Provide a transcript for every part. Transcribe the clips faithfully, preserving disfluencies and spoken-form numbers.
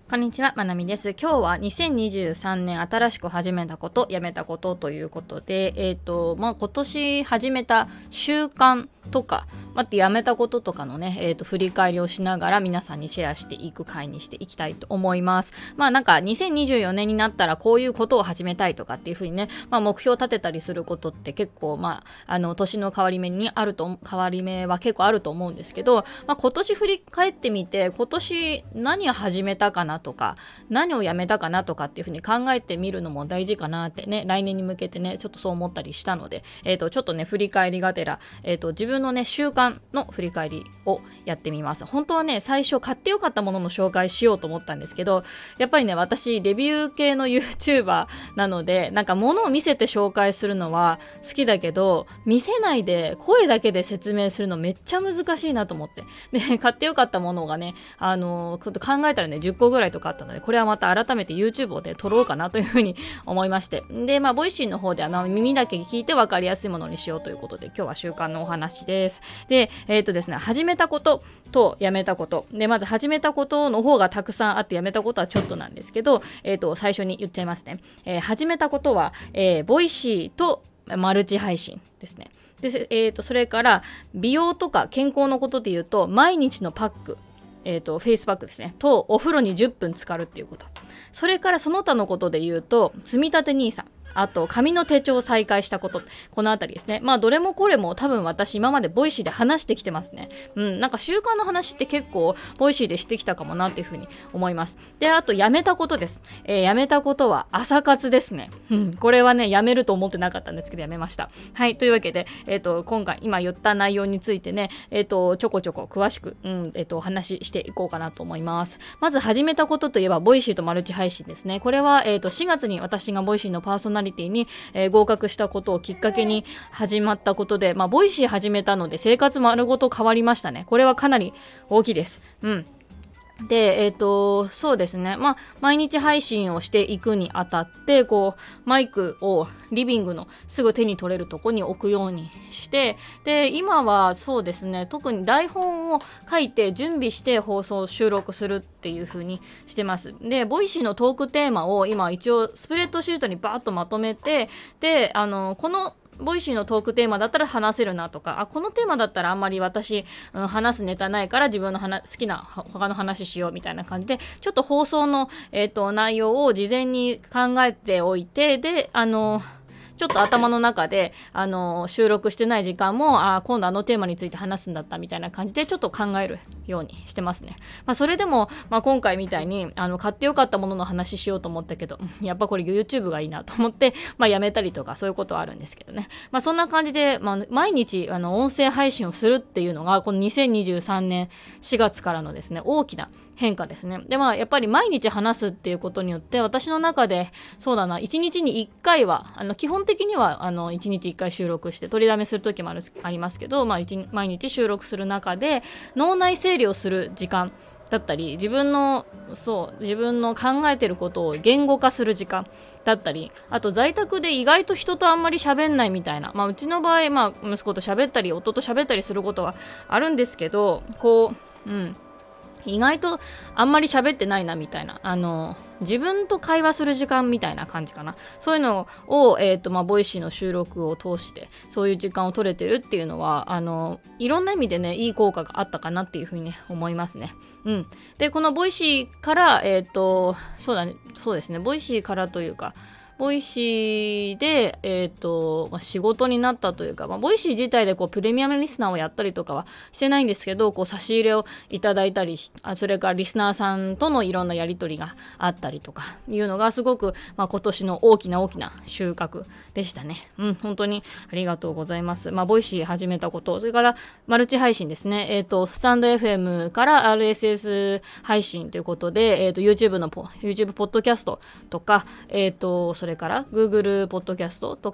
こんにちは、まなみです。今日はにせんにじゅうさんねん新しく始めたこと、やめたことということで、えっと、まあ、今年始めた習慣とか、またやめたこととかのね、えっと、振り返りをしながら皆さんにシェアしていく回にしていきたいと思います。まあなんかにせんにじゅうよねんになったらこういうことを始めたいとかっていうふうにね、まあ目標を立てたりすることって結構、まあ、あの、年の変わり目にあると、変わり目は結構あると思うんですけど、まあ今年振り返ってみて、今年何を始めたかなとか何をやめたかなとかっていうふうに考えてみるのも大事かなってね、来年に向けてねちょっとそう思ったりしたので、えーとちょっとね振り返りがてら、えーと自分のね習慣の振り返りをやってみます。本当はね最初買ってよかったものの紹介しようと思ったんですけど、やっぱりね私レビュー系の YouTuber なので、なんか物を見せて紹介するのは好きだけど、見せないで声だけで説明するのめっちゃ難しいなと思って、で買ってよかったものがね、あのー、考えたらねじゅっこぐらいとかあったので、これはまた改めて YouTube をで撮ろうかなというふうに思いまして、でまあボイシーの方ではまあ耳だけ聞いて分かりやすいものにしようということで、今日は習慣のお話です。でえっ、ー、とですね始めたこととやめたことで、まず始めたことの方がたくさんあって、やめたことはちょっとなんですけど、えっ、ー、と最初に言っちゃいますね。えー、始めたことは、えー、ボイシーとマルチ配信ですね。で、えー、とそれから美容とか健康のことで言うと、毎日のパック、えー、とフェイスパックですねと、お風呂にじゅっぷん浸かるっていうこと。それからその他のことで言うと、積み立て ニーサ、あと紙の手帳を再開したこと、このあたりですね。まあどれもこれも多分私今までボイシーで話してきてますね。うん、なんか習慣の話って結構ボイシーでしてきたかもなっていうふうに思います。で、あとやめたことです。えー、やめたことは朝活ですね。うん、これはねやめると思ってなかったんですけどやめました。はい、というわけで、えっ、ー、と今回今言った内容についてね、えっ、ー、とちょこちょこ詳しく、うんえっ、ー、とお話ししていこうかなと思います。まず始めたことといえばボイシーとマルチ配信ですね。これはえっ、としがつに私がボイシーのパーソナリティに、えー、合格したことをきっかけに始まったことで、まあボイシー始めたので生活丸ごと変わりましたね。これはかなり大きいです。うん。で、えっ、ー、と、そうですね。まあ、毎日配信をしていくにあたって、こう、マイクをリビングのすぐ手に取れるとこに置くようにして、で、今はそうですね、特に台本を書いて準備して放送収録するっていう風にしてます。で、ボイシーのトークテーマを今一応スプレッドシートにバーッとまとめて、で、あの、このボイシーのトークテーマだったら話せるなとか、あこのテーマだったらあんまり私、うん、話すネタないから自分の好きな他の話しようみたいな感じで、ちょっと放送の、えーと、内容を事前に考えておいて、であのちょっと頭の中であの収録してない時間も、あ今度あのテーマについて話すんだったみたいな感じでちょっと考えるようにしてますね。まあ、それでも、まあ、今回みたいにあの買ってよかったものの話しようと思ったけど、やっぱこれ YouTube がいいなと思って、まあ、やめたりとかそういうことはあるんですけどね。まあ、そんな感じで、まあ、毎日あの音声配信をするっていうのがこのにせんにじゅうさんねんしがつからのですね大きな変化ですね。でまあやっぱり毎日話すっていうことによって、私の中でそうだないちにちにいっかいはあの基本的にはあのいちにちいっかい収録して取りだめする時もあるありますけど、まあ、毎日収録する中で脳内整理をする時間だったり、自分のそう自分の考えてることを言語化する時間だったり、あと在宅で意外と人とあんまり喋んないみたいな、まあうちの場合、まあ息子と喋ったり夫と喋ったりすることはあるんですけど、こううん意外とあんまり喋ってないなみたいな、あの自分と会話する時間みたいな感じかな。そういうのを、えーとまあ、ボイシーの収録を通してそういう時間を取れてるっていうのは、あのいろんな意味でねいい効果があったかなっていうふうに、ね、思いますね。うん、でこのボイシーから、えーとそうだねそうですねボイシーからというかボイシーで、えーとまあ、仕事になったというか、まあ、ボイシー自体でこうプレミアムリスナーをやったりとかはしてないんですけど、こう差し入れをいただいたり、あそれからリスナーさんとのいろんなやり取りがあったりとかいうのがすごく、まあ、今年の大きな大きな収穫でしたね。うん、本当にありがとうございます。まあ、ボイシー始めたこと、それからマルチ配信ですね。えっ、ー、と、スタンド エフエム から アールエスエス 配信ということで、えっ、ー、と、YouTube のポ、YouTube ポッドキャストとか、えっ、ー、と、それから Google ポッドキャストとか、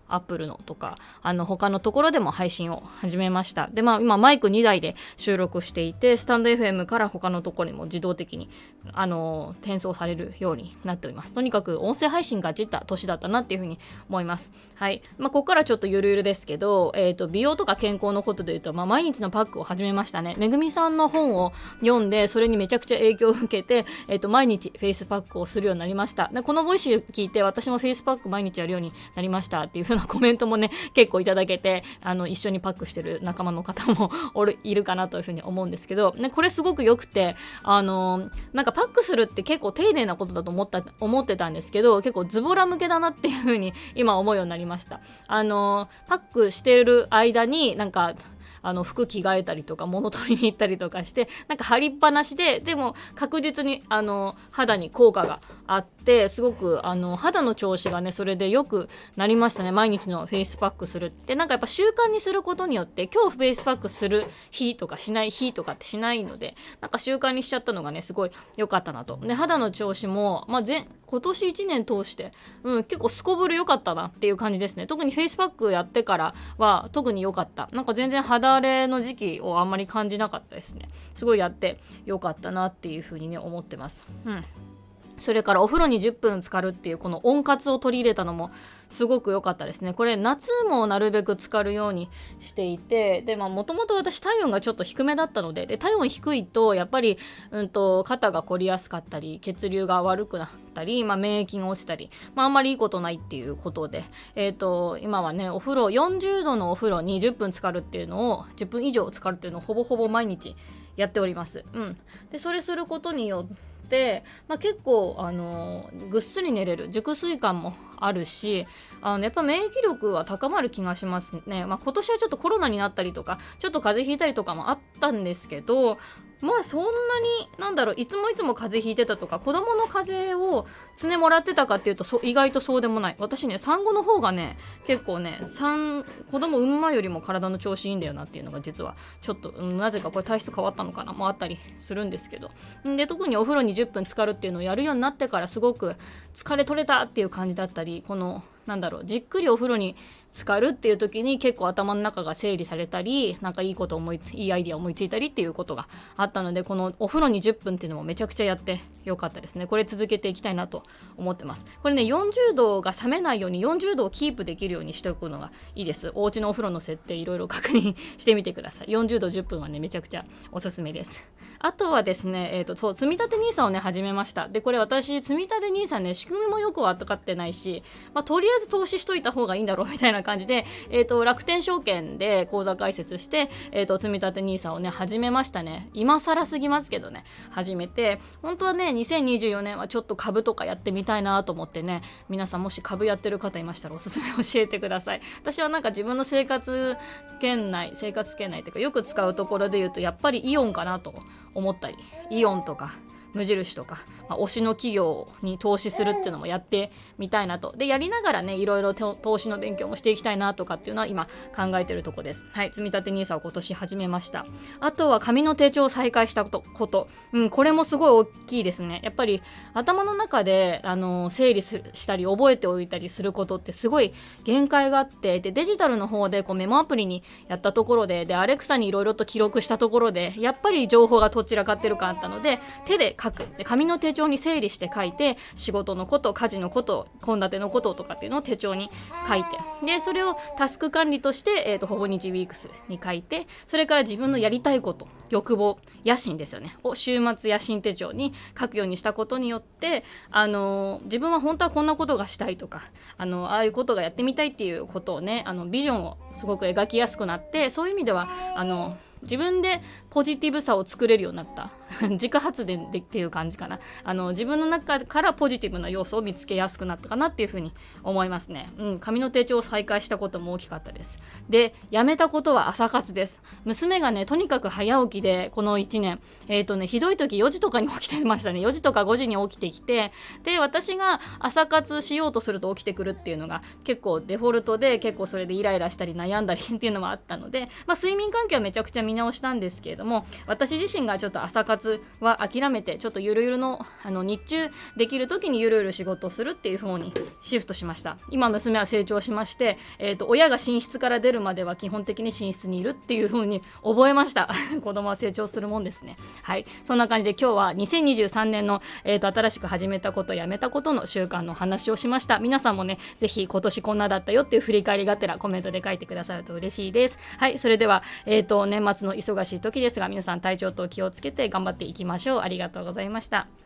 アップルのとかあの他のところでも配信を始めました。でまあ今マイクにだいで収録していて、スタンド エフエム から他のところにも自動的にあの転送されるようになっております。とにかく音声配信がじった年だったなっていうふうに思います。はい。まあここからちょっとゆるゆるですけど、えっと美容とか健康のことで言うと、まあ毎日のパックを始めましたね。めぐみさんの本を読んでそれにめちゃくちゃ影響を受けて、えっと毎日フェイスパックをするようになりました。でこのボイス聞いて私もフェイスパック毎日やるようになりましたっていう風なコメントもね結構いただけて、あの一緒にパックしてる仲間の方もおるいるかなという風に思うんですけど、ね、これすごく良くて、あのなんかパックするって結構丁寧なことだと思った思ってたんですけど、結構ズボラ向けだなっていう風に今思うようになりました。あのパックしてる間になんかあの服着替えたりとか物取りに行ったりとかして、なんか貼りっぱなしででも確実にあの肌に効果があって、すごくあの肌の調子がねそれで良くなりましたね。毎日のフェイスパックするってなんかやっぱ習慣にすることによって、今日フェイスパックする日とかしない日とかってしないので、なんか習慣にしちゃったのがねすごい良かったなと。で肌の調子も、まあ、前今年いちねん通して、うん、結構すこぶる良かったなっていう感じですね。特にフェイスパックやってからは特に良かった。なんか全然肌荒れの時期をあんまり感じなかったですね。すごいやって良かったなっていう風にね思ってます。うん。それからお風呂にじゅっぷん浸かるっていうこの温活を取り入れたのもすごく良かったですね。これ夏もなるべく浸かるようにしていて、でまあもともと私体温がちょっと低めだったので、で体温低いとやっぱり、うん、と肩が凝りやすかったり血流が悪くなったり、まあ、免疫が落ちたり、まあ、あんまりいいことないっていうことで、えー、と今はねお風呂よんじゅうどのお風呂にじゅっぷん浸かるっていうのをじゅっぷん以上浸かるっていうのをほぼほぼ毎日やっております。うん、でそれすることによってでまあ、結構、あのー、ぐっすり寝れる熟睡感もあるし、あのやっぱ免疫力は高まる気がしますね。まあ、今年はちょっとコロナになったりとかちょっと風邪ひいたりとかもあったんですけど、まあそんなになんだろういつもいつも風邪ひいてたとか子供の風邪を常もらってたかっていうとそ意外とそうでもない。私ね産後の方がね結構ね産子供産む前よりも体の調子いいんだよなっていうのが実はちょっと、うん、なぜかこれ体質変わったのかなもあったりするんですけど、で特にお風呂にじゅっぷん浸かるっていうのをやるようになってからすごく疲れ取れたっていう感じだったり、このなんだろうじっくりお風呂に浸かるっていう時に結構頭の中が整理されたり、なんかいいこと思いついいアイディア思いついたりっていうことがあったので、このお風呂にじゅっぷんっていうのもめちゃくちゃやってよかったですね。これ続けていきたいなと思ってます。これねよんじゅうどが冷めないようによんじゅうどをキープできるようにしておくのがいいです。お家のお風呂の設定いろいろ確認してみてください。よんじゅうどじゅっぷんはねめちゃくちゃおすすめです。あとはですね、えーと、そう積立 ニーサ をね始めました。でこれ私積立 ニーサ ね仕組みもよく分かってないし、まあ、とりあえず投資しといた方がいいんだろうみたいな感じで、えーと、楽天証券で口座開設して、えーと、積立 ニーサ をね始めましたね。今更すぎますけどね始めて、本当はねにせんにじゅうよねんはちょっと株とかやってみたいなと思ってね、皆さんもし株やってる方いましたらおすすめ教えてください。私はなんか自分の生活圏内生活圏内というかよく使うところで言うとやっぱりイオンかなと思ったり、イオンとか無印とか、まあ、推しの企業に投資するっていうのもやってみたいなと。でやりながらねいろいろ投資の勉強もしていきたいなとかっていうのは今考えてるとこです。はい、積立 ニーサ を今年始めました。あとは紙の手帳を再開したこと、うん、これもすごい大きいですね。やっぱり頭の中であの整理するしたり覚えておいたりすることってすごい限界があって、でデジタルの方でこうメモアプリにやったところででアレクサにいろいろと記録したところでやっぱり情報がどちらかってるかあったので、手で書くで紙の手帳に整理して書いて、仕事のこと家事のこと献立のこととかっていうのを手帳に書いて、でそれをタスク管理として、えーと、ほぼ日ウィークスに書いて、それから自分のやりたいこと欲望野心ですよねを週末野心手帳に書くようにしたことによって、あのー、自分は本当はこんなことがしたいとか、あのー、ああいうことがやってみたいっていうことをね、あのビジョンをすごく描きやすくなって、そういう意味ではあのー自分でポジティブさを作れるようになった自家発電でっていう感じかな。あの自分の中からポジティブな要素を見つけやすくなったかなっていうふうに思いますね。うん、紙の手帳を再開したことも大きかったです。でやめたことは朝活です。娘がねとにかく早起きでこのいちねんえっとねひどい時よじとかに起きてましたね。よじとかごじに起きてきて、で私が朝活しようとすると起きてくるっていうのが結構デフォルトで、結構それでイライラしたり悩んだりっていうのもあったので、まあ、睡眠環境はめちゃくちゃ見直したんですけれども、私自身がちょっと朝活活は諦めてちょっとゆるゆるの、あの日中できる時にゆるゆる仕事をするっていう風にシフトしました。今娘は成長しまして、えーと、親が寝室から出るまでは基本的に寝室にいるっていう風に覚えました子供は成長するもんですね。はい、そんな感じで今日はにせんにじゅうさんねんの、えーと、新しく始めたことやめたことの習慣の話をしました。皆さんもねぜひ今年こんなだったよっていう振り返りがてらコメントで書いてくださると嬉しいです。はい、それでは、えーと、年末の忙しい時ですが皆さん体調と気をつけて頑張っていきましょう。ありがとうございました。